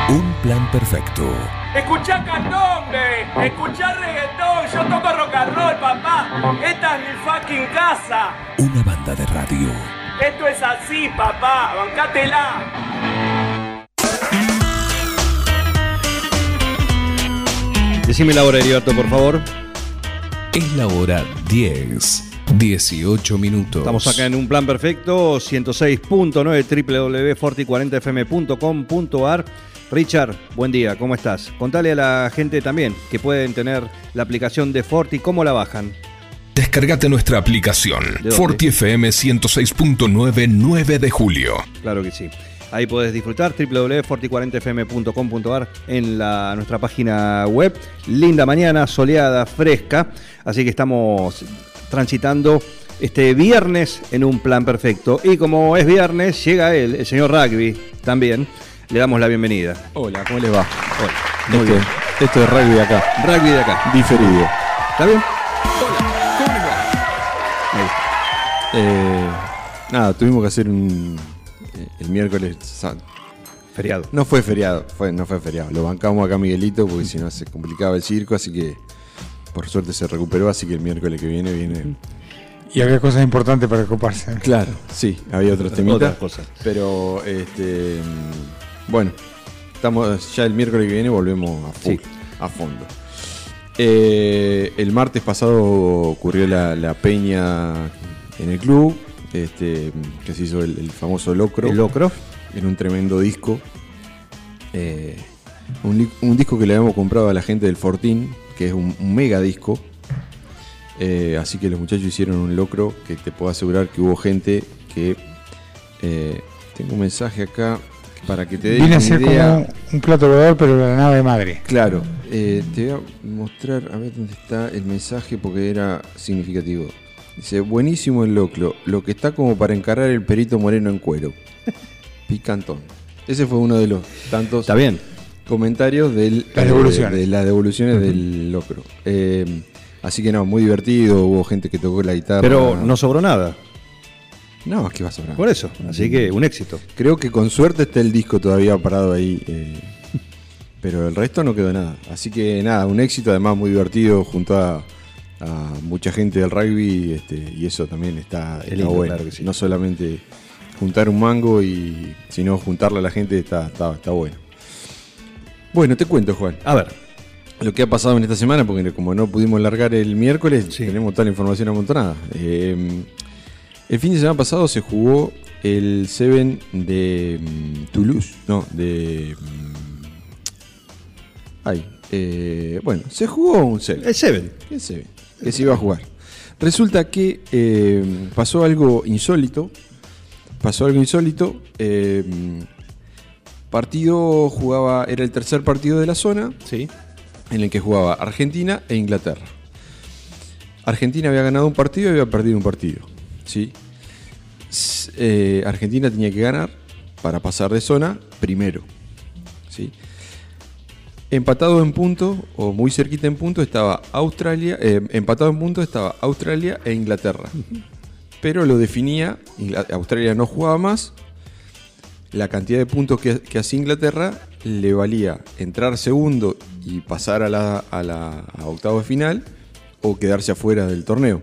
Un plan perfecto. Escuchá candombe, escuchá reggaetón, yo toco rock and roll, papá. Esta es mi fucking casa. Una banda de radio. Esto es así, papá, bancátela. Decime la hora, Heriberto, por favor. Es la hora 10:18 minutos. Estamos acá en Un Plan Perfecto, 106.9 www.forti40fm.com.ar. Richard, buen día, ¿cómo estás? Contale a la gente también que pueden tener la aplicación de Forti, ¿cómo la bajan? Descargate nuestra aplicación, Forti FM 106.9, 9 de julio. Claro que sí. Ahí podés disfrutar, www.forti40fm.com.ar en nuestra página web. Linda mañana, soleada, fresca. Así que estamos transitando este viernes en Un Plan Perfecto. Y como es viernes, llega el señor Rugby también. Le damos la bienvenida. Hola, ¿cómo les va? Hola. Muy bien. Esto es rugby de acá. Rugby de acá. Diferido. ¿Está bien? Hola, ¿cómo les va? Nada, tuvimos que hacer el miércoles. Feriado. No fue feriado, no fue feriado. Lo bancamos acá Miguelito porque si no se complicaba el circo, así que por suerte se recuperó, así que el miércoles que viene. Y había cosas importantes para ocuparse. Claro, sí, había otros temitas. Otras cosas. Pero, bueno, estamos ya el miércoles que viene volvemos a full, a fondo. El martes pasado ocurrió la peña en el club, que se hizo el famoso locro. El locro. Era un tremendo disco. Un disco que le habíamos comprado a la gente del Fortín, que es un mega disco. Así que los muchachos hicieron un locro que te puedo asegurar que hubo gente que... tengo un mensaje acá para que te dé Viene una a ser idea. como un plato volador, pero la nave madre. Claro, te voy a mostrar a ver dónde está el mensaje porque era significativo. Dice, buenísimo el locro, lo que está como para encarar el Perito Moreno en cuero. Picantón. Ese fue uno de los tantos Está bien. comentarios de las devoluciones del locro. Así que no, muy divertido, hubo gente que tocó la guitarra. Pero no sobró nada. No, es que va a sobrar. Por eso. Así que un éxito. Creo que con suerte está el disco todavía parado ahí. Pero el resto no quedó nada. Así que nada, un éxito, además muy divertido junto a mucha gente del rugby. Y eso también está lindo, bueno. claro que sí. No solamente juntar un mango, sino juntarle a la gente está bueno. Bueno, te cuento, Juan. A ver. Lo que ha pasado en esta semana, porque como no pudimos largar el miércoles, Sí. tenemos toda la información amontonada. El fin de semana pasado se jugó el Seven de Toulouse. No, de... bueno, se jugó un Seven. El Seven. ¿Qué Seven? Que se iba a jugar. Resulta que pasó algo insólito. Partido jugaba, era el tercer partido de la zona. Sí. En el que jugaba Argentina e Inglaterra. Argentina había ganado un partido y había perdido un partido. ¿Sí? Argentina tenía que ganar para pasar de zona primero. ¿Sí? Empatado en punto, o muy cerquita en punto, estaba Australia. Empatado en punto estaba Australia e Inglaterra. Pero lo definía, Australia no jugaba más. La cantidad de puntos que hacía Inglaterra le valía entrar segundo y pasar a octavo de final o quedarse afuera del torneo.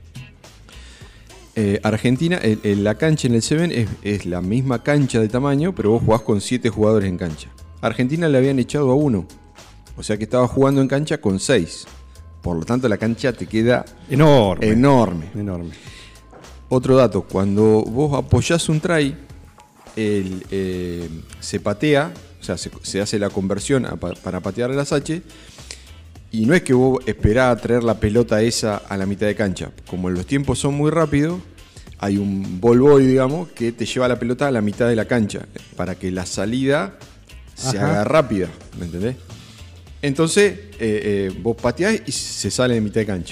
Argentina, la cancha en el Seven es la misma cancha de tamaño, pero vos jugás con 7 jugadores en cancha. Argentina le habían echado a 1, o sea que estaba jugando en cancha con 6. Por lo tanto, la cancha te queda enorme. Otro dato, cuando vos apoyás un try, se patea, o sea, se hace la conversión para patear a las H, y no es que vos esperás a traer la pelota esa a la mitad de cancha. Como los tiempos son muy rápidos, hay un ball boy, digamos, que te lleva la pelota a la mitad de la cancha, para que la salida se haga rápida, ¿me entendés? Entonces, vos pateás y se sale de mitad de cancha.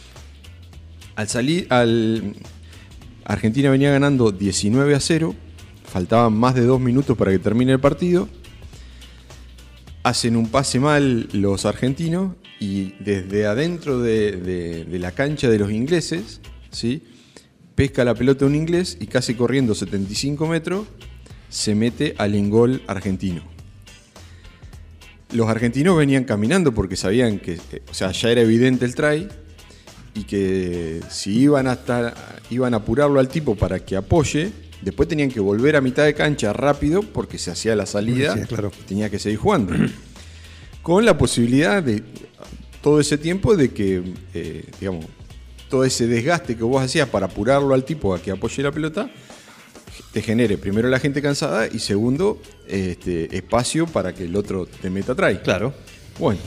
Argentina venía ganando 19-0, faltaban más de 2 minutos para que termine el partido. Hacen un pase mal los argentinos y desde adentro de la cancha de los ingleses, ¿sí?, pesca la pelota un inglés y casi corriendo 75 metros se mete al ingol argentino. los argentinos venían caminando porque sabían que, o sea, ya era evidente el try y que si iban a apurarlo al tipo para que apoye, después tenían que volver a mitad de cancha rápido porque se hacía la salida, Sí, claro. y tenía que seguir jugando. Con la posibilidad de todo ese tiempo de que, digamos, todo ese desgaste que vos hacías para apurarlo al tipo a que apoye la pelota, te genere primero la gente cansada y segundo, espacio para que el otro te meta try. Claro. Bueno,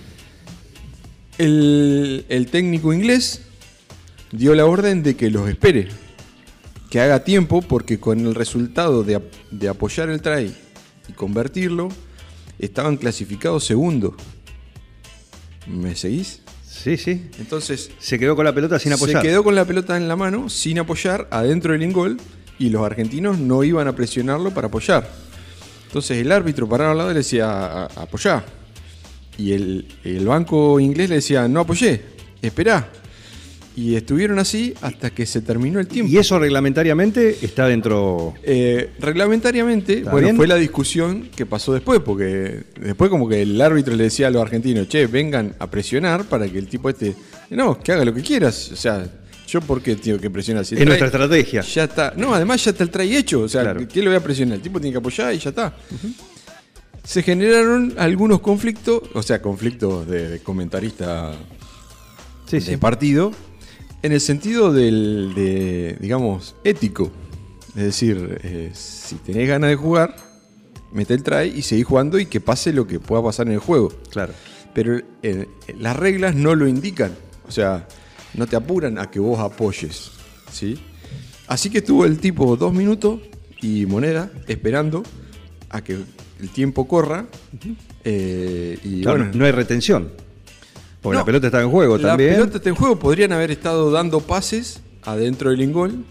el técnico inglés dio la orden de que los espere, que haga tiempo, porque con el resultado de apoyar el try y convertirlo, estaban clasificados segundo. ¿Me seguís? Sí, sí. Entonces, Se quedó con la pelota sin apoyar. se quedó con la pelota en la mano, sin apoyar, adentro del in-goal, y los argentinos no iban a presionarlo para apoyar. Entonces el árbitro parado al lado le decía, apoyá. Y el banco inglés le decía, no apoyé, esperá. Y estuvieron así hasta que se terminó el tiempo. Y eso reglamentariamente está dentro... Reglamentariamente, ¿Está bueno, bien? fue la discusión que pasó después, porque después como que el árbitro le decía a los argentinos, che, vengan a presionar para que el tipo no, que haga lo que quieras. O sea, ¿yo por qué tengo que presionar? Si el Es try nuestra estrategia. ya está. No, además ya está el try hecho. O sea, Claro. ¿qué le voy a presionar? El tipo tiene que apoyar y ya está. Se generaron algunos conflictos, o sea, conflictos de comentarista Sí, de sí. partido, en el sentido digamos, ético. Es decir, si tenés ganas de jugar, mete el try y seguís jugando y que pase lo que pueda pasar en el juego. Claro. Pero las reglas no lo indican. O sea, no te apuran a que vos apoyes, ¿sí? Así que estuvo el tipo 2 minutos y moneda esperando a que el tiempo corra. Y Claro, bueno, no hay retención. Porque no, la pelota está en juego la también. pelota está en juego. Podrían haber estado dando pases adentro del in-goal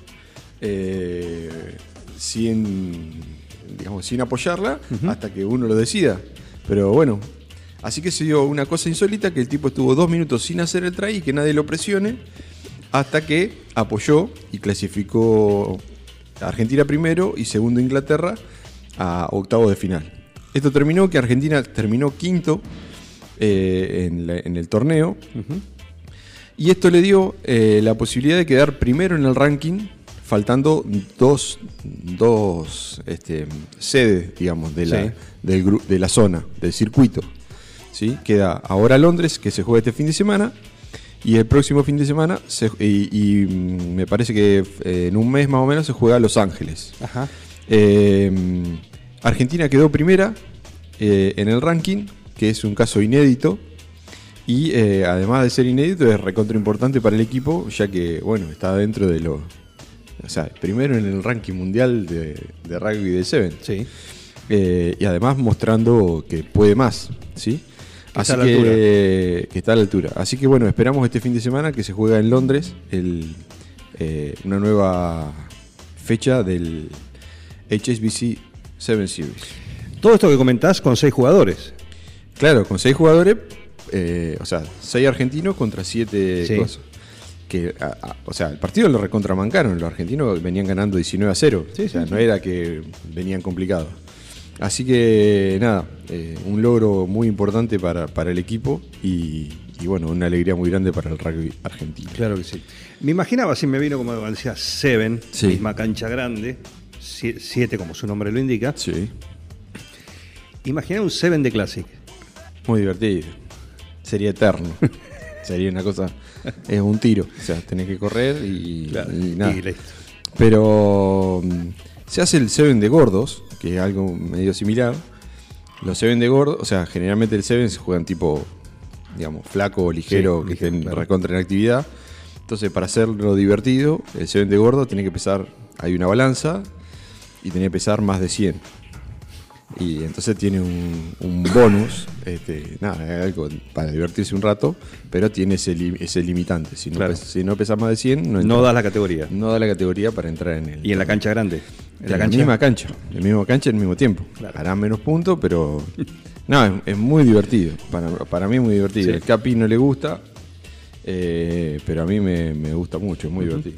sin apoyarla hasta que uno lo decida. Pero bueno, así que se dio una cosa insólita, que el tipo estuvo 2 minutos sin hacer el try y que nadie lo presione, hasta que apoyó y clasificó a Argentina primero y segundo Inglaterra a octavos de final. Esto terminó que Argentina terminó quinto en el torneo. Y esto le dio la posibilidad de quedar primero en el ranking, faltando dos sedes, digamos, de la zona, del circuito. ¿Sí? Queda ahora Londres, que se juega este fin de semana, y el próximo fin de semana, me parece que en un mes más o menos, se juega Los Ángeles. Ajá. Argentina quedó primera en el ranking, que es un caso inédito. Y además de ser inédito, es recontra importante para el equipo, ya que, bueno, está dentro de lo... O sea, primero en el ranking mundial de rugby de Seven. Sí. Y además mostrando que puede más, ¿sí? Así está a la altura. que está a la altura. Así que, bueno, esperamos este fin de semana que se juega en Londres una nueva fecha del HSBC 7 Series. Todo esto que comentás con 6 jugadores. Claro, con 6 jugadores... o sea, 6 argentinos contra 7 Sí. cosas. O sea, el partido lo recontramancaron. Los argentinos venían ganando 19-0. Sí, o sea, sí, no sí. era que venían complicados. Así que, nada, un logro muy importante para el equipo y bueno, una alegría muy grande para el rugby argentino. Claro que sí. Me imaginaba, si me vino como decía, Seven, Sí. misma cancha grande, 7 como su nombre lo indica. Sí, Imaginá un Seven de Classic. muy divertido. Sería eterno. Sería una cosa, es un tiro. O sea, tenés que correr y nada. Y listo. Pero se hace el Seven de gordos, que es algo medio similar. Los Seven de gordos, o sea, generalmente el Seven se juegan tipo, digamos, flaco o ligero, Sí, que ligero, estén claro. recontra en actividad. Entonces, para hacerlo divertido, el Seven de gordo tiene que pesar, hay una balanza y tiene que pesar más de 100. Y entonces tiene un bonus, nada, algo para divertirse un rato, pero tiene ese limitante. Si no, Claro. si no pesas más de 100, no No entras. da la categoría. No da la categoría para entrar en el. Y en la cancha grande. En la misma cancha. En la misma cancha, en el mismo tiempo. Claro. Hará menos puntos, pero. No, es muy divertido. Para mí es muy divertido. Sí. El Capi no le gusta, pero a mí me gusta mucho, es muy divertido.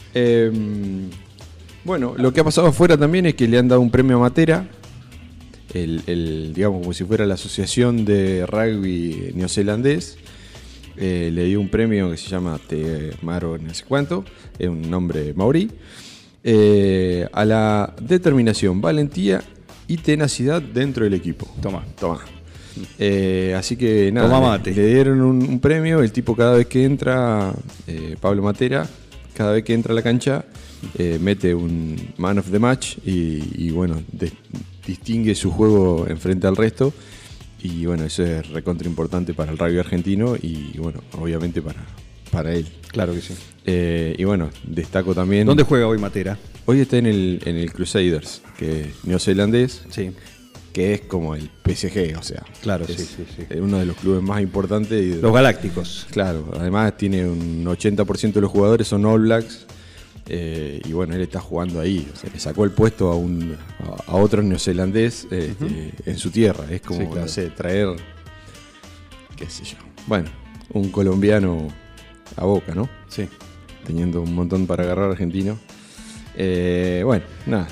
Bueno, lo que ha pasado afuera también es que le han dado un premio a Matera. digamos, como si fuera la asociación de rugby neozelandés, le dio un premio que se llama Te Maro no sé cuánto, es un nombre maorí, a la determinación, valentía y tenacidad dentro del equipo. Toma. Así que nada, Toma mate. le dieron un premio. El tipo, cada vez que entra, Pablo Matera, cada vez que entra a la cancha, mete un man of the match y bueno, distingue su juego enfrente al resto. Y bueno, eso es recontra importante para el rugby argentino y bueno, obviamente para él. Claro que sí. Y bueno, destaco también. ¿Dónde juega hoy Matera? Hoy está en el Crusaders, que es neozelandés, Sí. que es como el PSG, o sea. Claro, es sí. uno de los clubes más importantes. Y Los Galácticos. claro, además tiene un 80% de los jugadores son All Blacks. Y bueno, él está jugando ahí. O sea, le sacó el puesto a otro neozelandés en su tierra. Es como, Sí, claro. no sé, traer, qué sé yo. Bueno, un colombiano a Boca, ¿no? Sí. Teniendo un montón para agarrar argentino. Bueno, nada.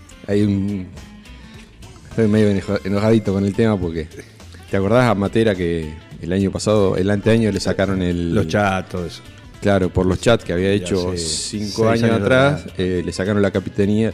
Estoy medio enojadito con el tema porque ¿te acordás a Matera que el año pasado, el anteaño le sacaron Los chatos, eso. Claro, por los chats que había hecho hace 5 6 años años atrás, atrás. le sacaron la capitanía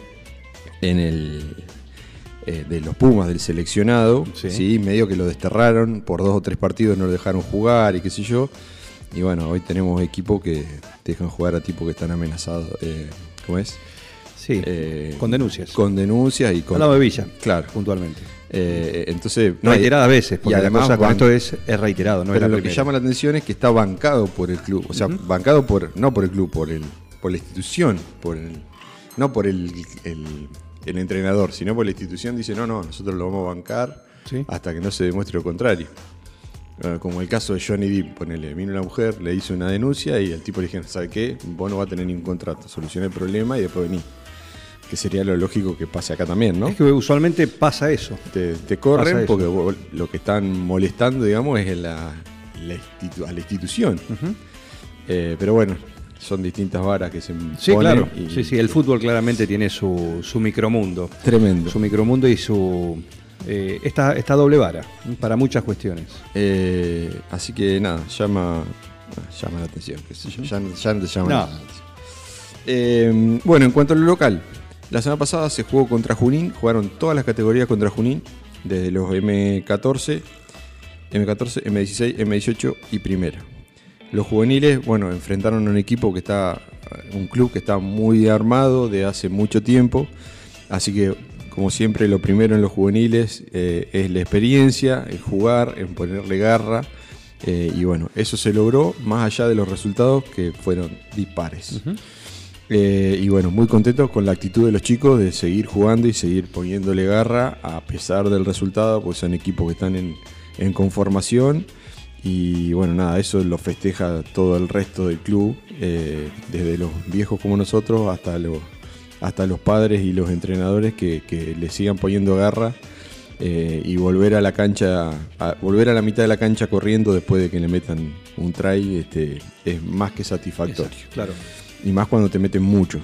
de los Pumas del seleccionado, Sí. ¿sí? Medio que lo desterraron, por 2 o 3 partidos no lo dejaron jugar y qué sé yo. Y bueno, hoy tenemos equipos que dejan jugar a tipos que están amenazados, ¿cómo es? Sí. Con denuncias. Con denuncias y con... Hablamos de Villa. Claro. Puntualmente. Entonces... Reiteradas veces, porque y además la cosa con van- esto es reiterado, no es Pero la lo que primera. llama la atención es que está bancado por el club. O sea, bancado no por el club, por la institución. No por el entrenador, sino por la institución. Dice, no, nosotros lo vamos a bancar Sí. hasta que no se demuestre lo contrario. Como el caso de Johnny Depp, ponele, vino una mujer, le hizo una denuncia y el tipo le dijeron, ¿sabe qué? Vos no vas a tener ningún contrato, soluciona el problema y después vení. Que sería lo lógico que pase acá también, ¿no? Es que usualmente pasa eso. Te Pasa corren eso. porque lo que están molestando, digamos, es a la institución. Pero bueno, son distintas varas que se Sí, ponen claro. y- Sí, el fútbol claramente tiene su micromundo. Tremendo. Su micromundo y su esta doble vara para muchas cuestiones. Así que nada, llama la atención, qué sé yo. Ya no te llama No. la atención. Bueno, en cuanto a lo local, la semana pasada se jugó contra Junín, jugaron todas las categorías contra Junín, desde los M14, M16, M18 y primera. Los juveniles, bueno, enfrentaron a un club que está muy armado de hace mucho tiempo, así que como siempre lo primero en los juveniles es la experiencia, el jugar, en ponerle garra, y bueno, eso se logró más allá de los resultados que fueron dispares. Y bueno, muy contento con la actitud de los chicos de seguir jugando y seguir poniéndole garra a pesar del resultado, pues son equipos que están en conformación. Y bueno, nada, eso lo festeja todo el resto del club, desde los viejos como nosotros hasta los padres y los entrenadores que le sigan poniendo garra y volver a la cancha, volver a la mitad de la cancha corriendo después de que le metan un try, es más que satisfactorio. Exacto, claro. Y más cuando te meten muchos.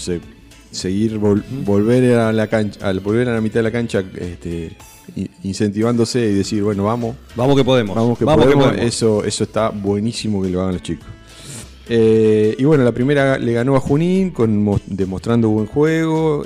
Volver a la cancha, al volver a la mitad de la cancha, incentivándose y decir, bueno, vamos Vamos que podemos. que podemos. Eso está buenísimo que lo hagan los chicos. Y bueno, la primera le ganó a Junín demostrando buen juego,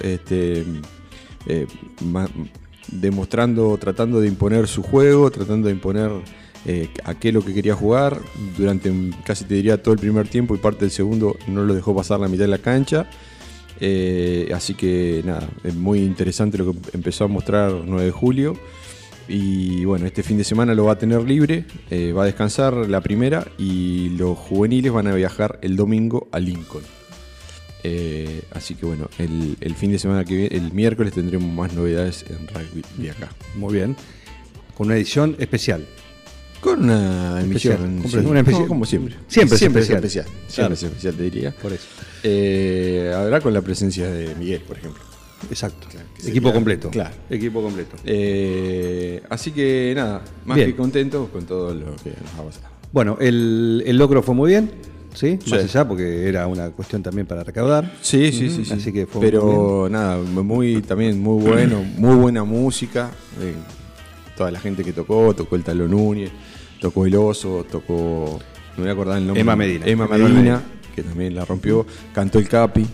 tratando de imponer su juego, tratando de imponer a qué es lo que quería jugar. Durante casi te diría todo el primer tiempo y parte del segundo no lo dejó pasar la mitad de la cancha. Así que nada, es muy interesante lo que empezó a mostrar 9 de julio. Y bueno, este fin de semana lo va a tener libre, va a descansar la primera y los juveniles van a viajar el domingo a Lincoln. Así que bueno, el fin de semana que viene, el miércoles, tendremos más novedades en rugby de acá. Muy bien. Con una edición especial. Con una Especial. emisión, Compre- sí, una especial. como siempre. Siempre es es especial. especial. Claro. Siempre es especial, te diría. Por eso. Habrá con la presencia de Miguel, por ejemplo. Exacto. Claro, que Equipo sería- completo. claro. Equipo completo. Así que nada, más Bien. que contento con todo lo que nos ha pasado. Bueno, el logro fue muy bien. ¿sí? Sí. Más allá, porque era una cuestión también para recaudar. Sí, sí, sí, Así sí. que fue Pero nada, también muy bueno, muy buena música. Toda la gente que tocó el Talo Núñez, tocó el Oso, tocó, no me voy a acordar el nombre. Emma Medina. Emma Medina, que también la rompió. Cantó el Capi.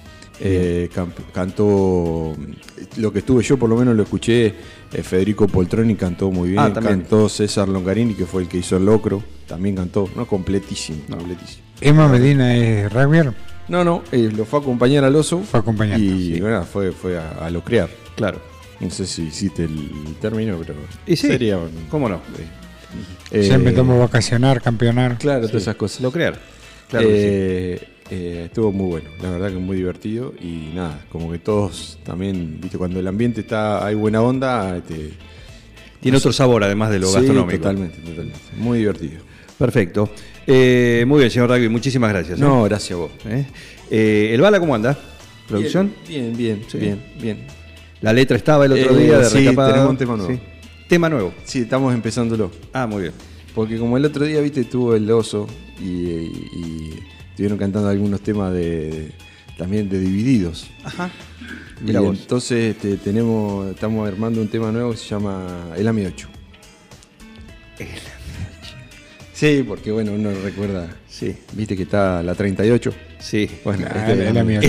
Cantó lo que estuve yo, por lo menos lo escuché. Federico Poltroni cantó muy bien. También. Cantó César Longarini, que fue el que hizo el Locro. También cantó, no, completísimo. Emma Medina es rugbyer. No, lo fue a acompañar al Oso. Fue a acompañar, Y sí. bueno, fue a locrear. Claro. No sé si hiciste el término, pero Y sí, sería. ¿cómo no? Siempre tomo vacacionar, campeonar. Claro, todas esas cosas. Lo crear. Claro que Estuvo muy bueno, la verdad que muy divertido. Y nada, como que todos también, viste, cuando el ambiente hay buena onda, sí. Tiene otro sabor además de lo sí, gastronómico. Totalmente. Muy divertido. Perfecto. Muy bien, señor Rugby, muchísimas gracias. No, gracias a vos. ¿El Bala cómo anda? ¿Producción? Bien. La letra estaba el otro día de sí, Recapada. tenemos un tema nuevo. Sí. Tema nuevo. Sí, estamos empezándolo. Muy bien. Porque como el otro día, viste, tuvo el Oso y estuvieron cantando algunos temas también de Divididos. Ajá. Y Mira vos. entonces estamos armando un tema nuevo que se llama El AMI 8. Sí, porque bueno, uno recuerda, Sí. viste que está la 38. Sí. Bueno, El amigo.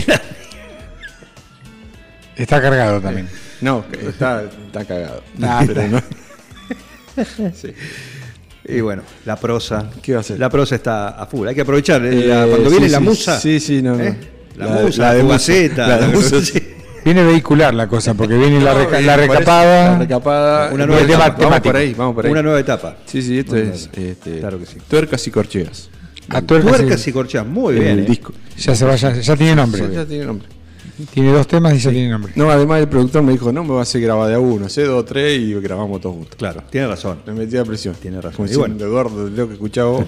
Está cargado también. No, está cagado. Nah, pero no. Sí. Y bueno, la prosa. ¿Qué va a hacer? La prosa está a full. Hay que aprovechar. Cuando Sí, viene sí, la musa. Sí, no. La musa, la Fugaceta. La de musa, sí. Viene vehicular la cosa, porque viene la Por recapada. La recapada. Una nueva tema etapa. Vamos por ahí. Una nueva etapa. Sí, esto Bueno, es claro que sí. Tuercas y corcheas. A tuercas Tuercas y corcheas. Muy En bien. el disco. ya tiene nombre. Sí, ya tiene nombre. Tiene 2 temas y ya tiene nombre. No, además el productor me dijo, no me va a hacer grabar de a uno, sé 2 o 3 y grabamos todos juntos. Claro, tiene razón. Me metí a presión. Tiene razón. Como Y diciendo, bueno. Eduardo, de lo que escuchaba vos.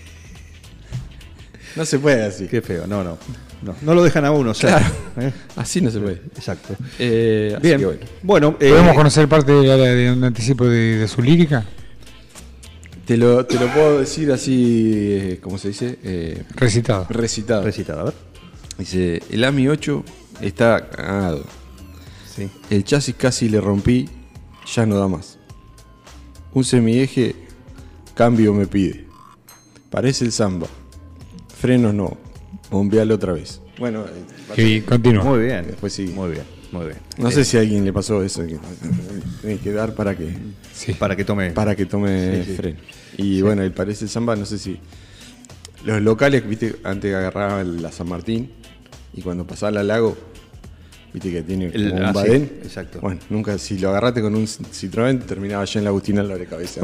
No se puede así. Qué feo. No lo dejan a uno. O sea, Así no se puede. Exacto. Así Bien. que Bueno, ¿Podemos conocer parte de un anticipo de su lírica? te lo puedo decir así, ¿cómo se dice? Recitado. Recitado. recitado, a ver. Dice, el AMI 8 está cagado. Sí. El chasis casi le rompí, ya no da más. Un semieje, cambio me pide. Parece el samba. Frenos no. Bombealo otra vez. Bueno, Y continúa. Muy bien. Después sí. Muy bien. no sé si a alguien le pasó eso. Que tiene que dar para que Sí. Para que tome. tome Sí. freno. Y bueno, el parece el samba, no sé si. Los locales, viste, antes agarraban la San Martín. Y cuando pasaba al lago, viste que tiene como un badén. Sí, exacto. Bueno, nunca, si lo agarraste con un Citroën, terminaba allá en la Agustina en la de cabeza.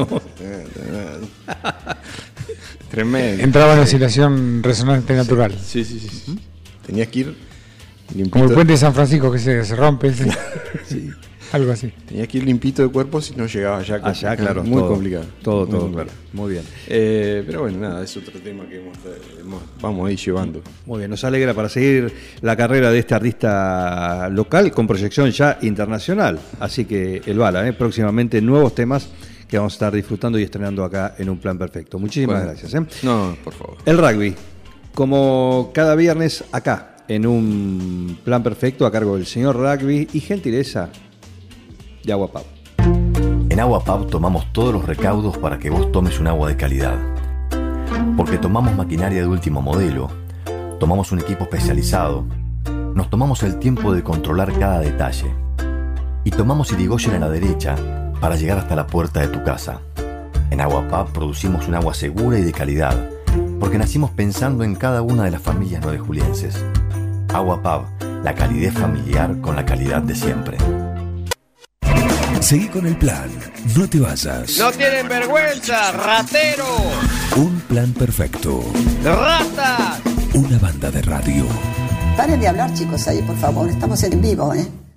Tremendo. Entraba en oscilación resonante natural. Sí. Tenías que ir limpito. Como el puente de San Francisco que se rompe. Algo así. Tenías que ir limpito de cuerpo si no llegabas allá. Allá, claro. Muy todo, complicado. Todo, Muy todo, complicado. claro. Muy bien. Pero bueno, nada, es otro tema que vamos a ir llevando. Muy bien, nos alegra para seguir la carrera de este artista local con proyección ya internacional. Así que el Bala, próximamente nuevos temas que vamos a estar disfrutando y estrenando acá en Un Plan Perfecto. Muchísimas Bueno, gracias. No, por favor. El rugby, como cada viernes acá en Un Plan Perfecto a cargo del señor Rugby y gentileza de Agua Pau. En Agua Pau tomamos todos los recaudos para que vos tomes un agua de calidad. Porque tomamos maquinaria de último modelo, tomamos un equipo especializado, nos tomamos el tiempo de controlar cada detalle y tomamos Irigoyen a la derecha para llegar hasta la puerta de tu casa. En Agua Pau producimos un agua segura y de calidad, porque nacimos pensando en cada una de las familias nuevejulienses. Agua Pau, la calidez familiar con la calidad de siempre. Seguí con el plan, no te vayas. No tienen vergüenza, ratero, Un plan perfecto, ratas. una banda de radio. Paren de hablar, chicos, ahí, por favor. Estamos en vivo, ¿eh?